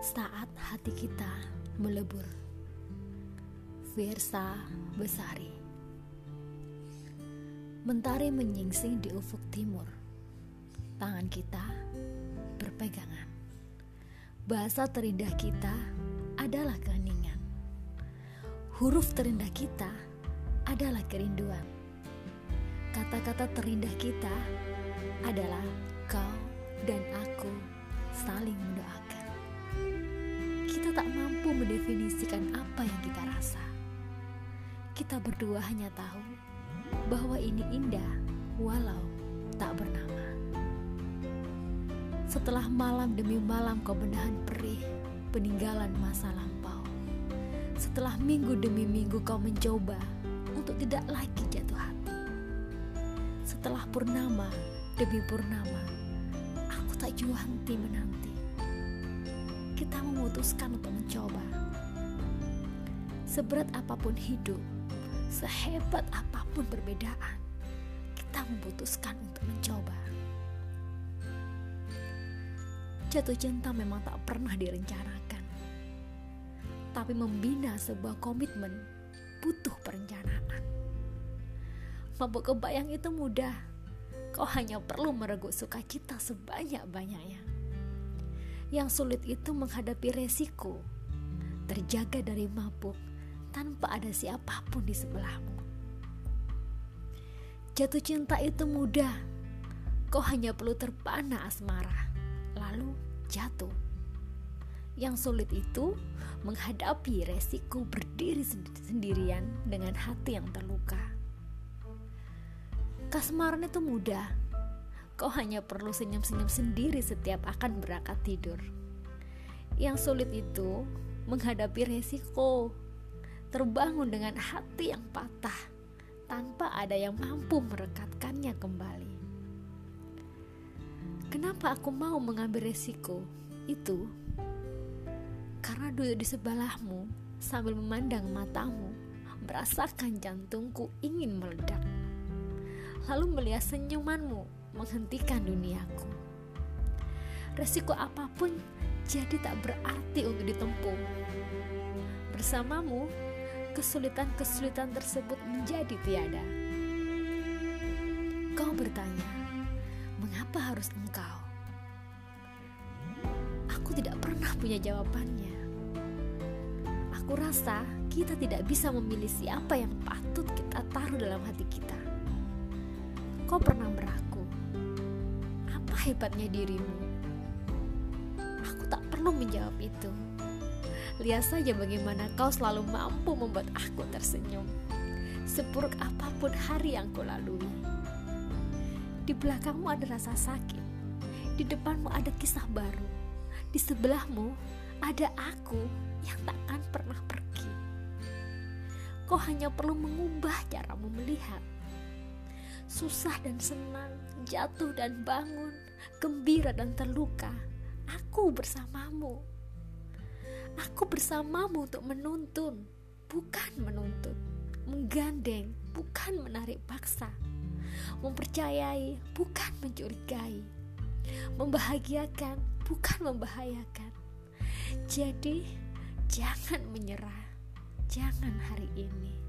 Saat hati kita melebur. Fiersa Besari. Mentari menyingsing di ufuk timur. Tangan kita berpegangan. Bahasa terindah kita adalah keheningan. Huruf terindah kita adalah kerinduan. Kata-kata terindah kita adalah kau dan aku saling mendoakan. Kita tak mampu mendefinisikan apa yang kita rasa. Kita berdua hanya tahu bahwa ini indah walau tak bernama. Setelah malam demi malam kau menahan perih peninggalan masa lampau. Setelah minggu demi minggu kau mencoba untuk tidak lagi jatuh hati. Setelah purnama demi purnama, aku tak jua henti menanti. Kita memutuskan untuk mencoba. Seberat apapun hidup, sehebat apapun perbedaan, kita memutuskan untuk mencoba. Jatuh cinta memang tak pernah direncanakan, tapi membina sebuah komitmen butuh perencanaan. Mampu kebayang itu mudah. Kau hanya perlu mereguk sukacita sebanyak-banyaknya. Yang sulit itu menghadapi resiko, terjaga dari mabuk tanpa ada siapapun di sebelahmu. Jatuh cinta itu mudah. Kau hanya perlu terpana asmara, lalu jatuh. Yang sulit itu menghadapi resiko berdiri sendirian dengan hati yang terluka. Kasmaran itu mudah. Kau hanya perlu senyum-senyum sendiri setiap akan berangkat tidur. Yang sulit itu menghadapi resiko, terbangun dengan hati yang patah tanpa ada yang mampu merekatkannya kembali. Kenapa aku mau mengambil resiko itu? Karena duduk di sebelahmu sambil memandang matamu, merasakan jantungku ingin meledak. Lalu melihat senyumanmu menghentikan duniaku. Resiko apapun jadi tak berarti untuk ditempuh. Bersamamu, kesulitan-kesulitan tersebut menjadi tiada. Kau bertanya, mengapa harus engkau? Aku tidak pernah punya jawabannya. Aku rasa kita tidak bisa memilih siapa yang patut kita taruh dalam hati kita. Kau pernah meragu, apa hebatnya dirimu? Aku tak perlu menjawab itu. Lihat saja bagaimana kau selalu mampu membuat aku tersenyum, seburuk apapun hari yang kau lalui. Di belakangmu ada rasa sakit, di depanmu ada kisah baru, di sebelahmu ada aku yang takkan pernah pergi. Kau hanya perlu mengubah caramu melihat. Susah dan senang, jatuh dan bangun, gembira dan terluka, aku bersamamu. Aku bersamamu untuk menuntun, bukan menuntut, menggandeng, bukan menarik paksa, mempercayai, bukan mencurigai, membahagiakan, bukan membahayakan. Jadi, jangan menyerah, jangan hari ini.